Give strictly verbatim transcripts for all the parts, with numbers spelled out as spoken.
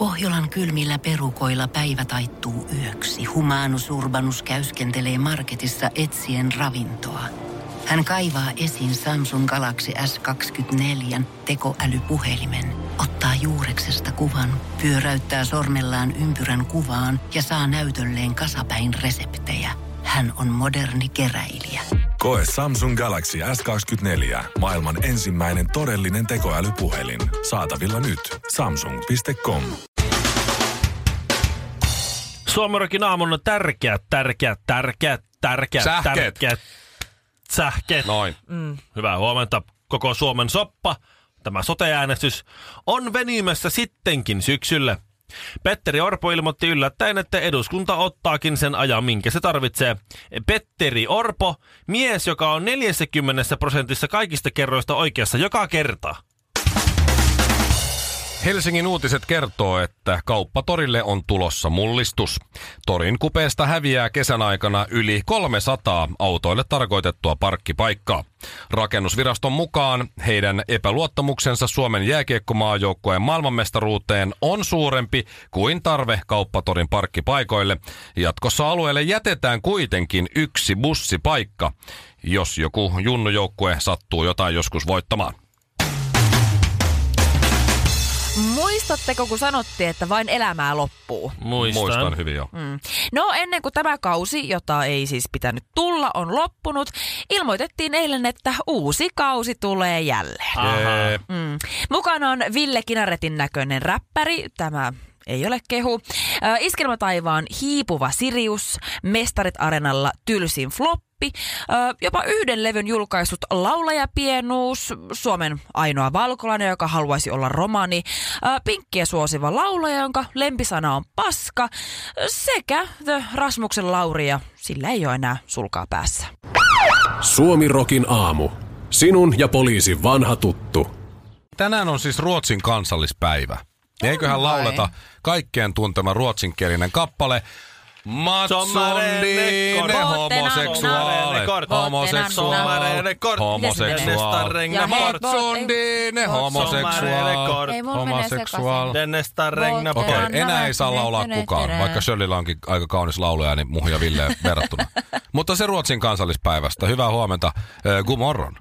Pohjolan kylmillä perukoilla päivä taittuu yöksi. Humanus Urbanus käyskentelee marketissa etsien ravintoa. Hän kaivaa esiin Samsung Galaxy S kaksikymmentäneljä tekoälypuhelimen, ottaa juureksesta kuvan, pyöräyttää sormellaan ympyrän kuvaan ja saa näytölleen kasapäin reseptejä. Hän on moderni keräilijä. Koe Samsung Galaxy S kaksikymmentäneljä, maailman ensimmäinen todellinen tekoälypuhelin. Saatavilla nyt. samsung piste com. Suomirokin aamun tärkeät, tärkeät, tärkeät, tärkeät, Sähkeet. tärkeät sähkeet. Noin. Mm. Hyvää huomenta, koko Suomen soppa. Tämä sote-äänestys on venymässä sittenkin syksylle. Petteri Orpo ilmoitti yllättäen, että eduskunta ottaakin sen ajan, minkä se tarvitsee. Petteri Orpo, mies, joka on neljäkymmentä prosentissa kaikista kerroista oikeassa joka kerta. Helsingin Uutiset kertoo, että kauppatorille on tulossa mullistus. Torin kupeesta häviää kesän aikana yli kolmesataa autoille tarkoitettua parkkipaikkaa. Rakennusviraston mukaan heidän epäluottamuksensa Suomen jääkiekkomaajoukkueen maailmanmestaruuteen on suurempi kuin tarve kauppatorin parkkipaikoille. Jatkossa alueelle jätetään kuitenkin yksi bussipaikka, jos joku junnujoukkue sattuu jotain joskus voittamaan. Muistatteko, kun sanottiin, että vain elämää loppuu? Muistan. Muistan hyvin jo. Mm. No ennen kuin tämä kausi, jota ei siis pitänyt tulla, on loppunut, ilmoitettiin eilen, että uusi kausi tulee jälleen. Jee. Mm. Mukana on Ville Kinaretin näköinen räppäri, tämä ei ole kehu. Äh, Iskelmätaivaan hiipuva Sirius, Mestarit Areenalla tylsin floppi, äh, jopa yhden levyn julkaissut laulajapienuus, Suomen ainoa valkolainen, joka haluaisi olla romani, äh, Pinkkiä suosiva laulaja, jonka lempisana on paska, sekä The Rasmuksen Lauri, ja sillä ei ole enää sulkaa päässä. Suomirokin aamu. Sinun ja poliisin vanha tuttu. Tänään on siis Ruotsin kansallispäivä. Eiköhän lauleta kaikkien tuntema ruotsinkielinen kappale. Matsondine homoseksuaalet, homoseksuaalet, homoseksuaalet, Matsondine homoseksuaalet, homoseksuaalet. Okei, enää ei saa laulaa kukaan, vaikka Shirleyllä onkin aika kaunis lauluja, niin muhun ja Villeen verrattuna. Mutta se Ruotsin kansallispäivästä. Hyvää huomenta. God morgon.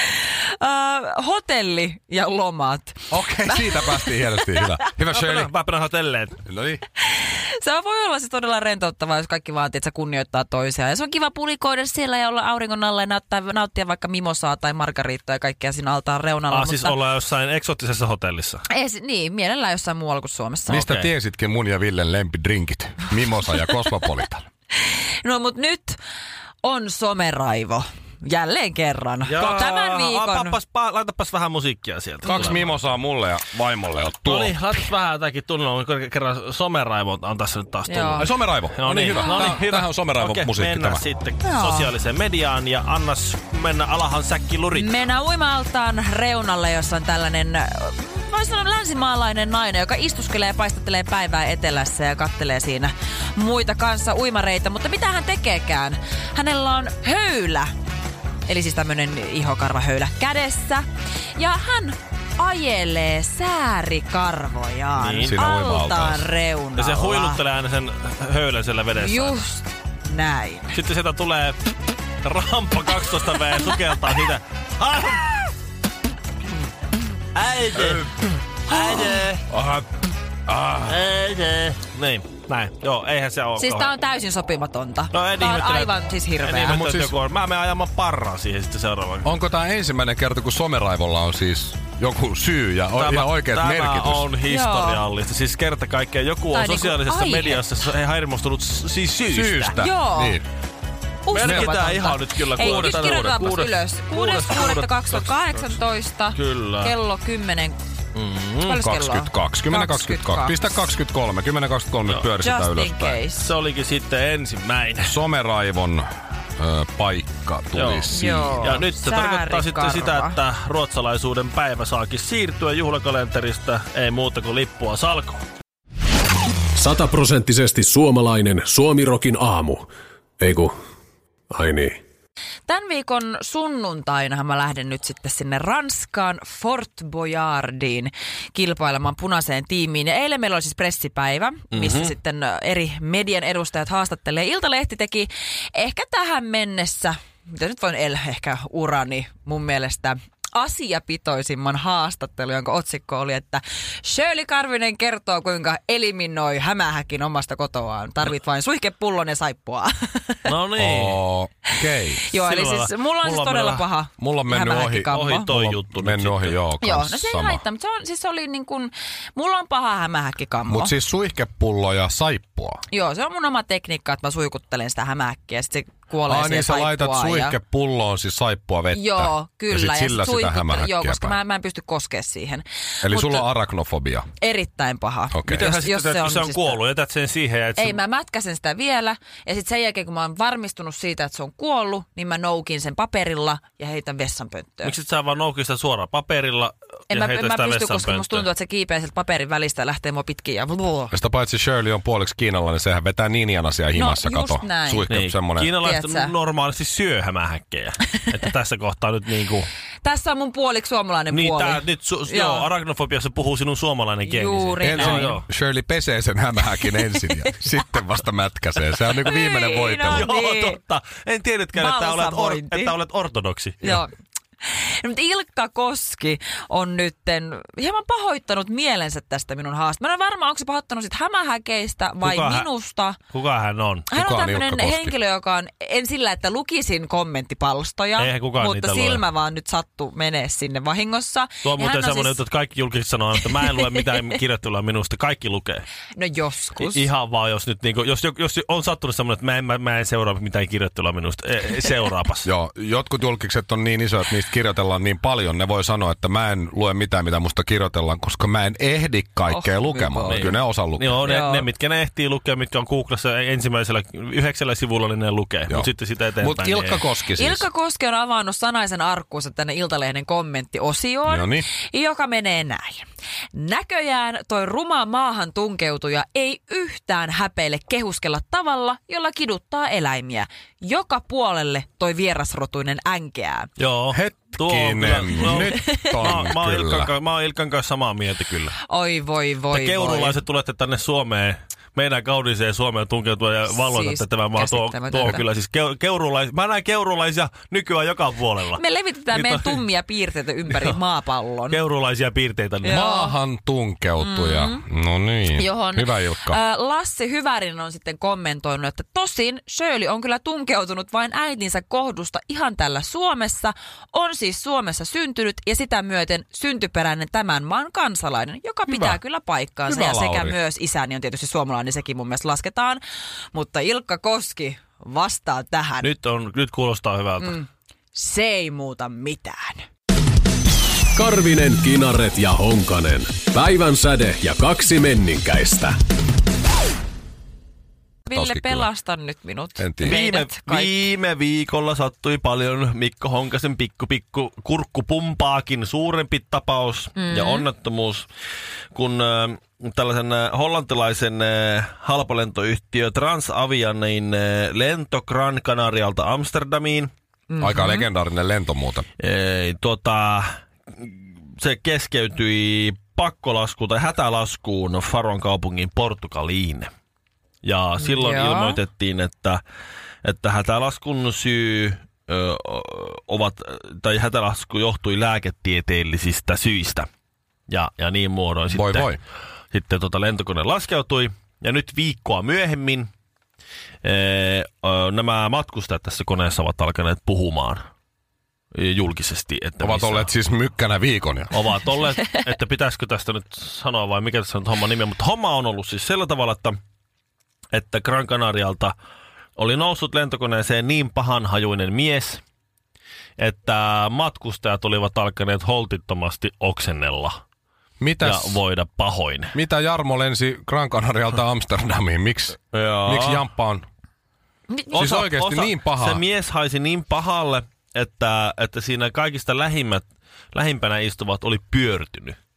Uh, hotelli ja lomat. Okei, okay, siitä päästiin hienosti. Hyvä. Hyvä Shirley. Väpänä hotelleet. No niin. Se voi olla siis todella rentouttavaa, jos kaikki vaan että kunnioittaa toisiaan. Ja se on kiva pulikoida siellä ja olla auringon alla ja nauttia, nauttia vaikka mimosaa tai margariittaa ja kaikkea siinä altaan reunalla. Ah, mutta... siis ollaan jossain eksoottisessa hotellissa? Ei, niin, mielellään jossain muualla kuin Suomessa. Mistä Okay. tiesitkin mun ja Villen lempidrinkit? Mimosa ja Cosmopolitan. No mut nyt on someraivo. Jälleen kerran. Jaa, Tämän viikon. Pappas, pa, laitapas vähän musiikkia sieltä. Kaksi mimosaa mulle ja vaimolle on tuo. No niin, laitapas vähän jotakin tunnelmaa. Kerran someraivo on tässä nyt taas tullut. Ai someraivo. No niin, hyvä. No niin, hyvä. Tämähän on someraivo Okei, musiikki mennään tämä. sitten Joo. sosiaaliseen mediaan ja annas mennä alahan säkki lurit. Mennään uima-altaan reunalle, jossa on tällainen, voisi sanoa länsimaalainen nainen, joka istuskelee ja paistattelee päivää etelässä ja kattelee siinä muita kanssa uimareita. Mutta mitä hän tekeekään? Hänellä on höylä. Eli siis tämmönen ihokarvahöylä kädessä. Ja hän ajelee säärikarvojaan Niin. Siinä altaan uima-altaassa. reunalla. Ja se huiluttelee aina sen höylän siellä vedessä. Just näin. Sitten sieltä tulee rampa kaksitoista V sukeltaa siitä. Ah! Äiti! Äiti! Aha. Ah. Äiti! Niin, näin. Joo, eihän se ole. Siis tää on täysin sopimatonta. No en tää on ihmettele, aivan siis En hirveä. ihmettele, mut että siis- joku on. Mä menen ajamaan parraa siihen sitten seuraavaksi. Onko tämä ensimmäinen kerta, kun someraivolla on siis joku syy ja o- ihan oikeat tämä merkitys? on historiallista. Siis kerta kaikkiaan joku Tai on niinku sosiaalisessa aihe. mediassa hermostunut s- siis syystä. Syystä. Joo. Niin. Merkitään ihan nyt kyllä Hei, nyt kuudes- kirjoitetaanpas kuudes- ylös. kuudes- kuudes kuudetta kaksituhattakahdeksantoista. Kyllä. Kello kymmenen. Mm-hmm. Paljonko kello on? kaksikymmentäkaksi. kymmenen kaksikymmentäkaksi. Pistä kaksikymmentäkolme. kymmenen kaksikymmentäkolme pyöristetään Just in ylöspäin. case. Se olikin sitten ensimmäinen. Someraivon ö, paikka tuli Joo. siinä. Joo. Ja nyt se tarkoittaa sitten sitä, Säärikarva. että ruotsalaisuuden päivä saakin siirtyä juhlakalenterista. Ei muuta kuin lippua salkoon. Sataprosenttisesti suomalainen Suomirokin aamu. Eiku, ai niin. Tämän viikon sunnuntainahan mä lähden nyt sitten sinne Ranskaan Fort Boyardiin kilpailemaan punaiseen tiimiin. Ja eilen meillä oli siis pressipäivä, missä mm-hmm. sitten eri median edustajat haastattelee. Iltalehti teki ehkä tähän mennessä, mitä nyt voin el, ehkä urani mun mielestä, asiapitoisimman haastattelu, jonka otsikko oli, että Shirley Karvinen kertoo, kuinka eliminoi hämähäkin omasta kotoaan. Tarvit vain suihkepullon ja saippua. No niin. Okei. Okay. Joo, eli siis mulla on mulla siis todella meillä, paha mulla on mennyt ohi, ohi toi mulla juttu. Mennyt ohi, joo, joo, no se ei haittaa, mutta se on, siis oli niin kuin, mulla on paha hämähäkkikammo. Mutta siis suihkepullo ja saippua. Joo, se on mun oma tekniikka, että mä suikuttelen sitä hämähäkkiä ja sitten se kuolee Aa, niin sä laitat suihkepulloon siis saippua vettä. Joo, kyllä. Ja sit sillä ja sitä hämähäkkiä. Joo, koska mä, mä en pysty koskemaan siihen. Eli Mut, sulla on arachnofobia. Erittäin paha. Okay. Mitä sä sitten teet, kun se on kuollut? Jätät sen siihen? Ja ei, sun... mä mätkäsen sitä vielä. Ja sitten sen jälkeen, kun mä oon varmistunut siitä, että se on kuollut, niin mä noukin sen paperilla ja heitän vessanpönttöön. Miksi et sä vaan noukin sitä suoraan paperilla en ja mä, heitä en sitä mä pysty, koska musta tuntuu, että se kiipeää sieltä paperin välistä ja lähtee mua pitkin. Ja, ja sitä paitsi Shirley on puoliksi kiinalainen, niin sehän vetää Ninjan asiaa himassa, no, kato. Suihke, niin, semmoinen. Kiinalaiset normaalisti syö hämähäkkejä. Että tässä kohtaa nyt niinku... Tässä on mun puoliksi suomalainen niin, puoli. Tää, nyt su- joo, arachnofobiassa puhuu sinun suomalainen geeni. Juuri ensin näin. joo. Shirley pesee sen hämähäkin ensin ja sitten vasta mätkäsee. Se on niinku viimeinen niin, voitelu. no Joo, niin. totta. En tiennytkään, että olet, or- että olet ortodoksi. Joo. No, mutta Ilkka Koski on nytten hieman pahoittanut mielensä tästä minun haasta. Mä en ole varma, onko se pahoittanut sit hämähäkeistä vai Kuka minusta. Hä- kuka hän on? Hän kuka on on tämmöinen henkilö, joka on, en sillä, että lukisin kommenttipalstoja, mutta silmä lue. Vaan nyt sattuu menee sinne vahingossa. Tuo on muuten semmoinen siis... juttu, että kaikki julkiset sanoo, että mä en lue mitään kirjoittelua minusta. Kaikki lukee. No joskus. I- ihan vaan, jos nyt niinku, jos, jos on sattunut semmoinen, että mä en, mä, mä en seuraa mitään kirjoittelua minusta. E- seuraapas. Joo, jotkut julkikset on niin iso, että niistä kirjoitellaan niin paljon. Ne voi sanoa, että mä en lue mitään, mitä musta kirjoitellaan, koska mä en ehdi kaikkea oh, lukemaan. Niin. Kyllä ne osaa lukea. Joo, ne, ne, mitkä ne ehtii lukea, mitkä on Googlessa ensimmäisellä yhdeksällä sivulla, niin ne lukee. Mutta sitten sitä eteenpäin. Mutta Ilkka niin Koski siis. Ilkka Koski on avannut sanaisen arkkuunsa tänne Iltalehden kommenttiosioon, Noniin. joka menee näin. Näköjään toi ruma maahan tunkeutuja ei yhtään häpeile kehuskella tavalla, jolla kiduttaa eläimiä. Joka puolelle toi vierasrotuinen änkeää. Joo. Hetkinen, no, nyt on mä, mä, oon kyllä. Ilkan, mä oon Ilkan kanssa samaa mieltä kyllä. Oi voi voi Te keurulaiset voi. Tulette tänne Suomeen, meidän kauniiseen Suomeen tunkeutua ja valloita siis tämä maa. Tuo, tuo kyllä siis ke, keurulais, mä näen keurulaisia nykyään joka puolella. Me levitetään meidän tummia piirteitä ympäri maapallon. Keurulaisia piirteitä. Niin. Maahan tunkeutuja. Mm-hmm. No niin, johon, hyvä Ilkka. Ä, Lassi Hyvärinen on sitten kommentoinut, että tosin Shirley on kyllä tunkeutunut vain äitinsä kohdusta ihan täällä Suomessa. On siis Suomessa syntynyt ja sitä myöten syntyperäinen tämän maan kansalainen, joka pitää hyvä. Kyllä paikkaansa. Hyvä, ja sekä Lauri. myös isäni on tietysti suomalainen, niin sekin mun mielestä lasketaan. Mutta Ilkka Koski vastaa tähän. Nyt, on, nyt kuulostaa hyvältä. Mm. Se ei muuta mitään. Karvinen, Kinaret ja Honkanen. Päivän säde ja kaksi menninkäistä. Ville, pelasta nyt minut. Viime, viime viikolla sattui paljon Mikko Honkasen pikku pikku kurkkupumpaakin suurempi tapaus mm. ja onnettomuus, kun äh, tällaisen äh, hollantilaisen äh, halpalentoyhtiö Transavianin äh, lento Gran Canarialta Amsterdamiin. Mm-hmm. Aika legendaarinen lento muuten. Ei, tuota, se keskeytyi pakkolaskuun tai hätälaskuun Faron kaupungin Portugaliin. Ja silloin Joo. ilmoitettiin, että, että hätälaskun syy ö, ovat, tai hätälasku johtui lääketieteellisistä syistä. Ja, ja niin muodoin voi sitten, voi. sitten tota lentokone laskeutui. Ja nyt viikkoa myöhemmin ö, nämä matkustajat tässä koneessa ovat alkaneet puhumaan julkisesti. Että ovat olleet on. Siis mykkänä viikon. Ja. Ovat olleet, että pitäisikö tästä nyt sanoa vai mikä tässä on homman nimi. Mutta homma on ollut siis sillä tavalla, että että Gran Canarialta oli noussut lentokoneeseen niin pahanhajuinen mies, että matkustajat olivat alkaneet holtittomasti oksennella Mitäs, ja voida pahoin. Mitä Jarmo lensi Gran Canarialta Amsterdamiin? Miksi, miksi jamppa on osa, siis oikeasti osa, niin paha? Se mies haisi niin pahalle, että, että siinä kaikista lähimmät, lähimpänä istuvat oli pyörtynyt.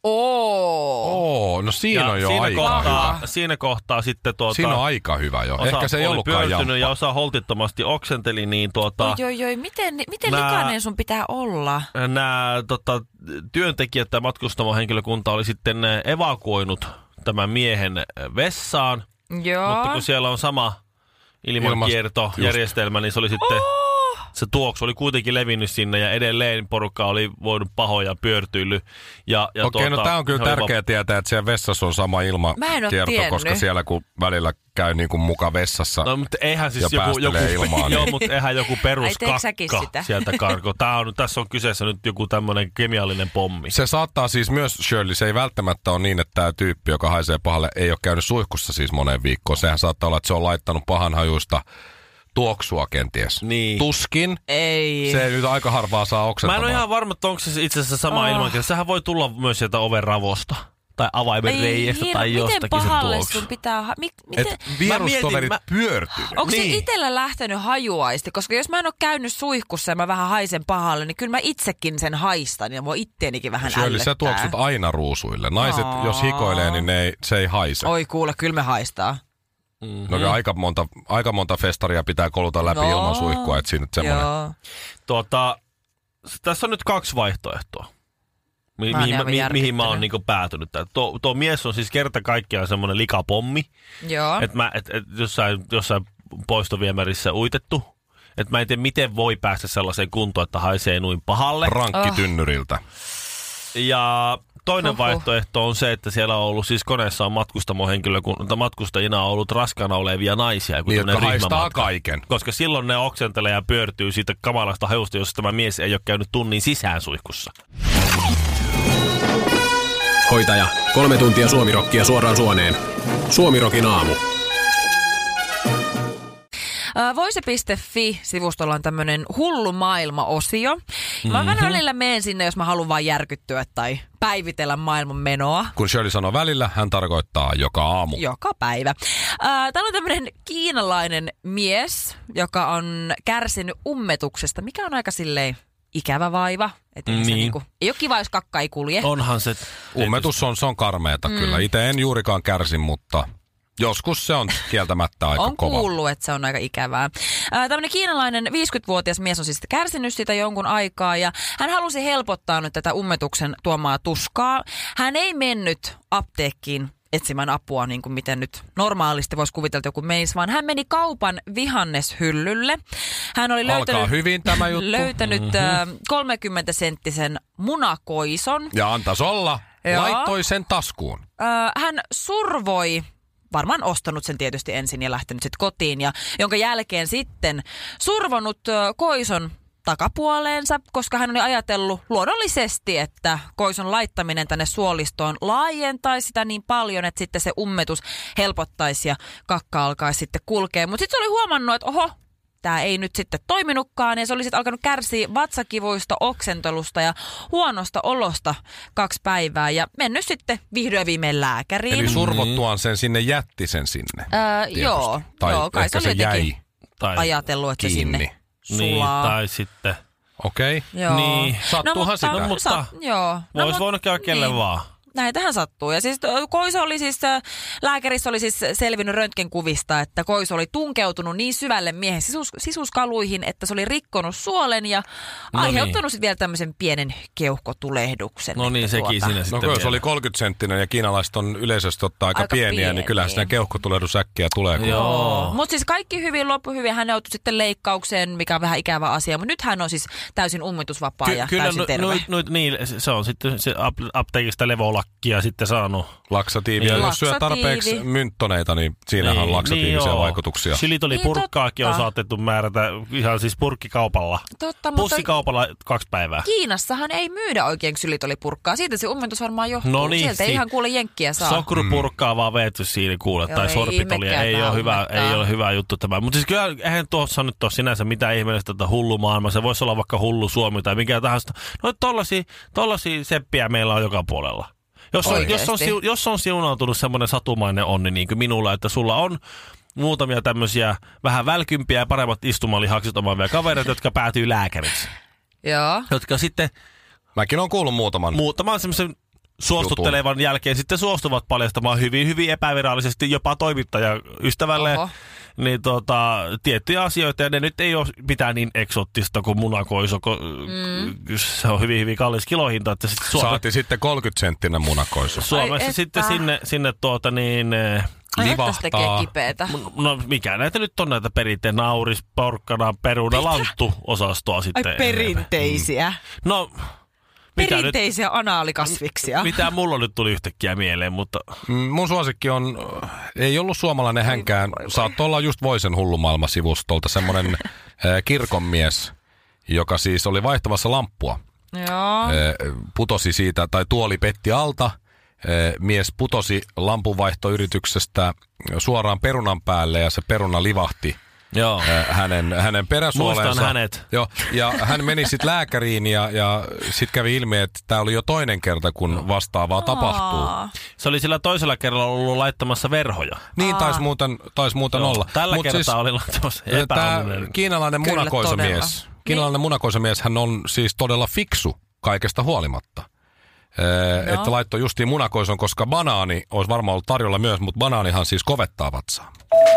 Oo. Oo, no siinä ja on jo siinä aika kohtaa, hyvä. Siinä kohtaa sitten tuota... Siinä on aika hyvä jo. Osa Ehkä se ei oli ollutkaan jamppa. ja osa holtittomasti oksenteli, niin tuota... Oi, oi, oi. Miten, miten Nää- likainen sun pitää olla? Nämä tota, työntekijät ja matkustamohenkilökunta oli sitten evakuoinut tämän miehen vessaan. Joo. Mutta kun siellä on sama ilmankiertojärjestelmä, niin se oli sitten... Oh! Se tuoksu oli kuitenkin levinnyt sinne ja edelleen porukka oli voinut pahoja pyörtyily. Ja, ja Okei, tuota, no tää on kyllä tärkeää tietää, että siellä vessassa on sama Mä en oo ilmakierto, tiennyt. koska siellä kun välillä käy niin kuin muka vessassa No, mutta eihän siis ja joku, joku, päästelee ilmaa, joo, niin- mutta eihän joku teekö säkin peruskakka sitä? sieltä karko. Tää on, tässä on kyseessä nyt joku tämmöinen kemiallinen pommi. Se saattaa siis myös, Shirley, se ei välttämättä ole niin, että tämä tyyppi, joka haisee pahalle, ei ole käynyt suihkussa siis moneen viikkoon. Sehän saattaa olla, että se on laittanut pahanhajuista tuoksua kenties. Niin. Tuskin. Ei. Se nyt aika harvaa saa Mä en oksentamaan. ole ihan varma, että onko se itse asiassa sama Oh. ilmankierto. Sehän voi tulla myös sieltä oven ravosta. Tai avaimen Ei reiästä hirveä, tai jostakin miten se pahalle tuoksu. sun pitää... Ha- mi- miten... Et vierustoverit mä pyörtynyt. Onko Niin. se itsellä lähtenyt hajuaisti? Koska jos mä en ole käynyt suihkussa ja mä vähän haisen pahalle, niin kyllä mä itsekin sen haistan ja mua itteenikin vähän Shirley, ällöttää. sä tuoksut aina ruusuille. Naiset, Aa. jos hikoilee, niin ne ei, se ei haise. Oi kuule, kyllä me haistaa. Mm-hmm. No aika monta, aika monta festaria pitää koluta läpi No. ilman suihkua, että siinä nyt semmoinen. Joo. Tuota, s- tässä on nyt kaksi vaihtoehtoa. Mi- Mä oon mihin, mä, aivan mi- mihin mä oon järkyttynyt. niinku päätynyt. Tää- Tuo, tuo mies on siis kerta kaikkiaan semmoinen likapommi. Joo. Että mä, et, et jossain, jossain poistoviemärissä uitettu. Että mä en tiedä, miten voi päästä sellaiseen kuntoon, että haisee noin pahalle. Rankki Oh. tynnyriltä. Ja toinen Huhhuh. vaihtoehto on se, että siellä on ollut siis koneessa on matkustamohenkilökunta, matkustajina on ollut raskaana olevia naisia. Niin, jotka tämmönen haistaa ryhmämatka. kaiken. Koska silloin ne oksentelee ja pyörtyy siitä kamalasta hajusta, jos tämä mies ei ole käynyt tunnin sisään suihkussa. Hoitaja, kolme tuntia suomirokkia suoraan suoneen. Suomirokin aamu. Voise piste fi-sivustolla on tämmöinen hullu maailma-osio. Mm-hmm. Mä vähän välillä menen sinne, jos mä haluan vaan järkyttyä tai päivitellä maailman menoa. Kun Shirley sanoo välillä, hän tarkoittaa joka aamu. Joka päivä. Äh, täällä on tämmöinen kiinalainen mies, joka on kärsinyt ummetuksesta, mikä on aika silleen ikävä vaiva. Et niin. Se Niin. niinku, ei ole kiva, jos kakka ei kulje. Onhan se... Ummetus on, se on karmeeta mm. kyllä. Itse en juurikaan kärsi, mutta joskus se on kieltämättä aika on kova. kuullut, että se on aika ikävää. Ää, tämmöinen kiinalainen viisikymmentävuotias mies on siis kärsinyt sitä jonkun aikaa ja hän halusi helpottaa nyt tätä ummetuksen tuomaa tuskaa. Hän ei mennyt apteekkiin etsimään apua, niin kuin miten nyt normaalisti voisi kuvitella, että joku menisi, vaan hän meni kaupan vihanneshyllylle. Hän oli Alkaa löytänyt, hyvin tämä juttu. löytänyt mm-hmm. kolmekymmentä senttisen munakoison. Ja antais olla. Joo. Laittoi sen taskuun. Ää, hän survoi, varmaan ostanut sen tietysti ensin ja lähtenyt sitten kotiin, ja jonka jälkeen sitten survonut ö, koison takapuoleensa, koska hän oli ajatellut luonnollisesti, että koison laittaminen tänne suolistoon laajentaisi sitä niin paljon, että sitten se ummetus helpottaisi ja kakka alkaisi sitten kulkea. Mutta sitten se oli huomannut, että oho, tämä ei nyt sitten toiminutkaan, ja se oli sitten alkanut kärsiä vatsakivuista, oksentelusta ja huonosta olosta kaksi päivää, ja mennyt sitten vihdoin viimein lääkäriin. Eli survottuaan sen sinne jätti sen sinne. Öö, joo, Tai joo, kai ehkä se oli se jäi jotenkin Tai, ajatellut, että se kiinni. sinne niin, sulaa. tai sitten... Okei. Okay. Joo. Niin. Sattuuhan sitä. No, mutta Sat, joo. Voisi mut- voinut käydä kelle niin. vaan. Näitähän sattuu. Ja siis ö, Koiso oli siis, ö, lääkärissä oli siis selvinnyt röntgenkuvista, että Koiso oli tunkeutunut niin syvälle miehen sisus, sisuskaluihin, että se oli rikkonut suolen ja No aiheuttanut niin. sitten vielä tämmöisen pienen keuhkotulehduksen. No niin, Että sekin siinä No sitten kun jos vielä. oli kolmekymmentä-senttinen ja kiinalaiset on yleisesti ottaa aika, Aika pieniä, pieniä, niin kyllä sitä niin. keuhkotulehdusäkkiä tulee. kun- Joo. Mutta siis kaikki hyvin, loppu hyvin. Hän joutui sitten leikkaukseen, mikä on vähän ikävä asia. Mutta nyt hän on siis täysin ummitusvapaa ja Ky- täysin no, terve. no, no, niin, se on sitten se ap- apteekista levolakkia sitten saanut. Laksatiivia. Niin. Jos syö Laksatiivi. tarpeeksi mynttoneita, niin siinähän on laksatiivisia joo. vaikutuksia. Silitolipurkkaakin Niin, on totta. saatettu määrätä ihan siis purkkikaupalla. Totta, mutta Pussikaupalla kaksi päivää. Kiinassahan ei myydä oikein ksylitolipurkkaa. Siitä se ummentus varmaan johtuu. No niin, Sieltä ei si- ihan kuule jenkkiä saa. Sokrupurkkaa vaan veetty siinä kuule, Joo, tai ei sorbitolia. ihmekään Ei tää ole, hyvä, ummettaa. ei ole hyvä juttu tämä. Mutta siis kyllä eihän tuossa nyt ole sinänsä mitään ihmeellistä tätä hullu maailmaa. Se voisi olla vaikka hullu Suomi tai mikä tahansa. No tollasia, tollasia seppiä meillä on joka puolella. Jos on, jos, on, siu- jos on siunautunut semmoinen satumainen onni niin kuin minulla, että sulla on muutamia tämmöisiä vähän välkympiä ja paremmat istumalihakset omaavia kavereita, jotka päätyy lääkäriksi. Joo. Jotka sitten Mäkin on kuullut muutaman. muutaman semmoisen suostuttelevan jutun jälkeen sitten suostuvat paljastamaan hyvin, hyvin epävirallisesti jopa toimittajaystävälle Oho. niin tota, tiettyjä asioita, ja ne nyt ei ole mitään niin eksoottista kuin munakoiso, mm. se on hyvin, hyvin kallis kilohinta. Että sit Suome... Saati sitten kolmekymmentä senttinen munakoiso. Suomessa sitten sinne, sinne tuota niin... livahtaa. No mikä näitä nyt on näitä perinteen nauris, porkkana, peruna, lanttu osastoa sitten. Ai perinteisiä. Mm. No... Perinteisiä nyt, anaalikasviksia. Mitä mulla nyt tuli yhtäkkiä mieleen, mutta... Mun suosikki on, ei ollut suomalainen hänkään, saattoi olla just Voisen hullumaailma-sivustolta, semmoinen äh, kirkonmies, joka siis oli vaihtamassa lamppua. Joo. Äh, putosi siitä, tai tuoli petti alta, äh, mies putosi lampunvaihtoyrityksestä suoraan perunan päälle ja se peruna livahti. Joo. Hänen, hänen peräsuolensa. Muistan hänet. Joo, ja hän meni sitten lääkäriin ja, ja sitten kävi ilmi, että tämä oli jo toinen kerta, kun vastaavaa Aa. tapahtuu. Se oli sillä toisella kerralla ollut laittamassa verhoja. Niin, taisi muuten, tais muuten olla. Tällä Mut kertaa siis, oli laittamassa epäonninen. Tämä kiinalainen munakoisomies, kiinalainen niin. munakoisomies, hän on siis todella fiksu kaikesta huolimatta. No. Että laittoi justiin munakoison, koska banaani olisi varmaan ollut tarjolla myös, mutta banaanihan siis kovettaa vatsaa.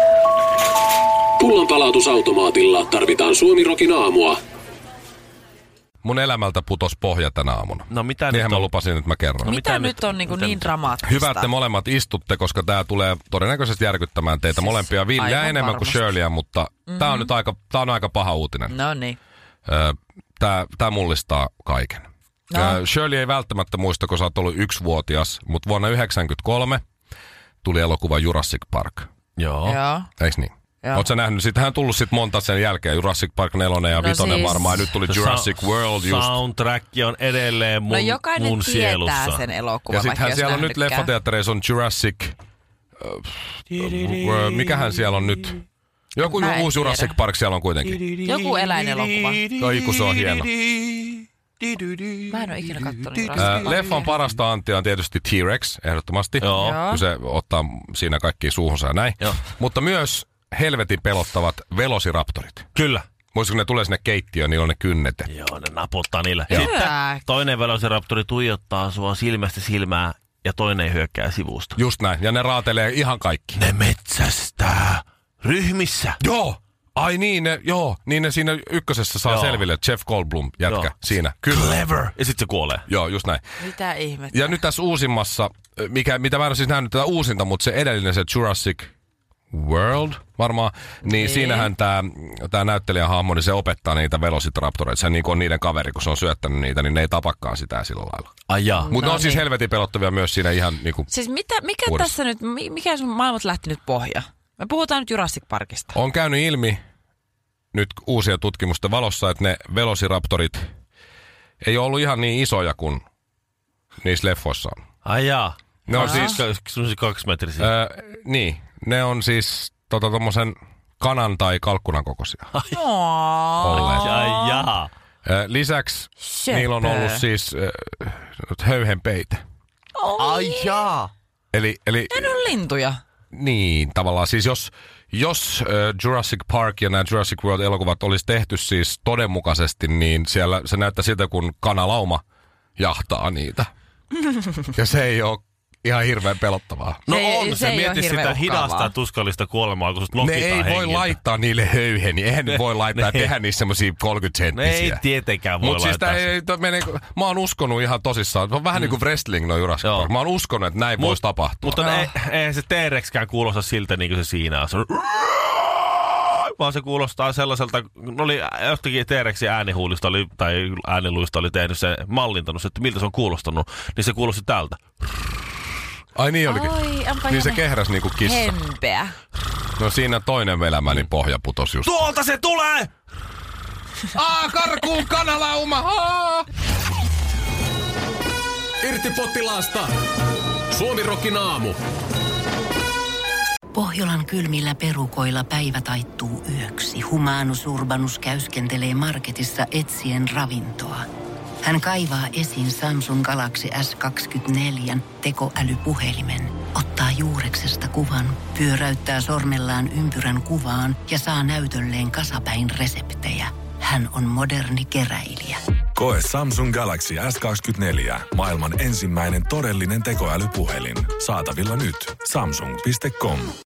Pullonpalautusautomaatilla tarvitaan Suomi-rokin aamua. Mun elämältä putos pohja tänä aamuna. No mitä Niinhän nyt on? mä lupasin, että mä kerron. No, mitä, mitä nyt on niin, niin dramaattista? Hyvä, että te molemmat istutte, koska tää tulee todennäköisesti järkyttämään teitä siis molempia. Vilja enemmän varmasti kuin Shirleyä, mutta mm-hmm. tää on nyt aika, tää on aika paha uutinen. No niin. Tää, tää mullistaa kaiken. No. Shirley ei välttämättä muista, kun sä oot ollut yksivuotias, mutta vuonna yhdeksänkymmentäkolme tuli elokuva Jurassic Park. Joo. Joo. Eiks niin? Oot sä nähnyt? Sitähän on tullut sit monta sen jälkeen. Jurassic Park nelonen ja no vitonen siis varmaan. Nyt tuli Jurassic Sa- World just. Soundtrack on edelleen mun, no jokainen mun sielussa. tietää sen elokuvan. Ja sittenhän siellä on nyt leffateattereissa on Jurassic... Uh, mikähän siellä on nyt? Joku Mä uusi Jurassic Park siellä on kuitenkin. Joku eläinelokuva. Oi kun se on hieno. Mä en ole ikinä kattonut Jurassic Leffan parasta antia on tietysti T-Rex, ehdottomasti. Joo. Kun se ottaa siinä kaikki suuhunsa ja näin. Joo. Mutta myös helvetin pelottavat velociraptorit. Kyllä. Muistatko, kun ne tulee sinne keittiöön, niillä on ne kynnet. Joo, ne naputtaa niillä. Joo. Sitten toinen velociraptori tuijottaa sua silmästä silmää ja toinen hyökkää sivusta. Just näin. Ja ne raatelee ihan kaikki. Ne metsästää ryhmissä. Joo. Ai niin, ne, joo. Niin ne siinä ykkösessä saa joo. selville. Jeff Goldblum jätkä joo. siinä. Kyllä. Clever. Ja sitten se kuolee. Joo, just näin. Mitä ihmettä. Ja nyt tässä uusimmassa, mikä, mitä mä en ole siis nähnyt tätä uusinta, mutta se edellinen, se Jurassic World varmaan, niin Ei. siinähän tämä tää näyttelijän hahmo, niin se opettaa niitä velociraptoreita. Se niin on niiden kaveri, kun se on syöttänyt niitä, niin ne ei tapakaan sitä sillä lailla. Ai jaa. Mutta no, ne on niin. siis helvetin pelottavia myös siinä ihan niinku Siis mitä, mikä uudessa. Tässä nyt, mikä sun maailmat lähti nyt pohja? Me puhutaan nyt Jurassic Parkista. On käynyt ilmi nyt uusia tutkimusten valossa, että ne velociraptorit ei ole ollut ihan niin isoja kuin niissä leffoissa on. Ai jaa. Ne on siis... Ka- kaksimetrisiä. Öö, niin. Ne on siis tota tommosen kanan tai kalkkunan kokoisia. Olleet. Ai jaa. Lisäksi Söpö. niillä on ollut siis äh, höyhenpeite. Oh, Ai jaa. Eli, eli, ne on lintuja. Niin, tavallaan siis jos, jos äh, Jurassic Park ja nämä Jurassic World-elokuvat olisi tehty siis todenmukaisesti, niin siellä se näyttää siltä, kun kanalauma jahtaa niitä. Ja se ei ole ihan hirveän pelottavaa. No se, on, se, se mieti sitä hidasta ja tuskallista kuolemaa, kun sut nokitaan Ne ei hengiltä. voi laittaa niille höyheniä. Eihän ne voi laittaa ja tehdä niissä semmosia kolmekymmentä senttisiä. Ne ei tietenkään voi Mut laittaa. Mutta siis ei, mene, mä oon uskonut ihan tosissaan. Se on vähän mm. niin kuin wrestling no Jurassic Park. Mä oon uskonut, että näin Mut, voisi tapahtua. Mutta ei, eihän se T-Rexkään kuulosta siltä niin kuin se siinä on. Se on vaan se kuulostaa sellaiselta, oli jostakin T-Rexin äänihuulista oli, tai ääniluista oli tehnyt se, mallintanut, että miltä se on kuulostanut, niin se kuulosti tältä. Ai niin olikin. Oi, niin se kehräs niinku kissa. Hempeä. No siinä toinen elämäni pohja putos just. Tuolta se tulee! Aa, karkuun kanalauma! Aa! Irti potilaasta! Suomi-rokin aamu. Pohjolan kylmillä perukoilla päivä taittuu yöksi. Humanus Urbanus käyskentelee marketissa etsien ravintoa. Hän kaivaa esiin Samsung Galaxy S kaksikymmentäneljä tekoälypuhelimen, ottaa juureksesta kuvan, pyöräyttää sormellaan ympyrän kuvaan ja saa näytölleen kasapäin reseptejä. Hän on moderni keräilijä. Koe Samsung Galaxy S kaksikymmentäneljä, maailman ensimmäinen todellinen tekoälypuhelin. Saatavilla nyt. Samsung piste com.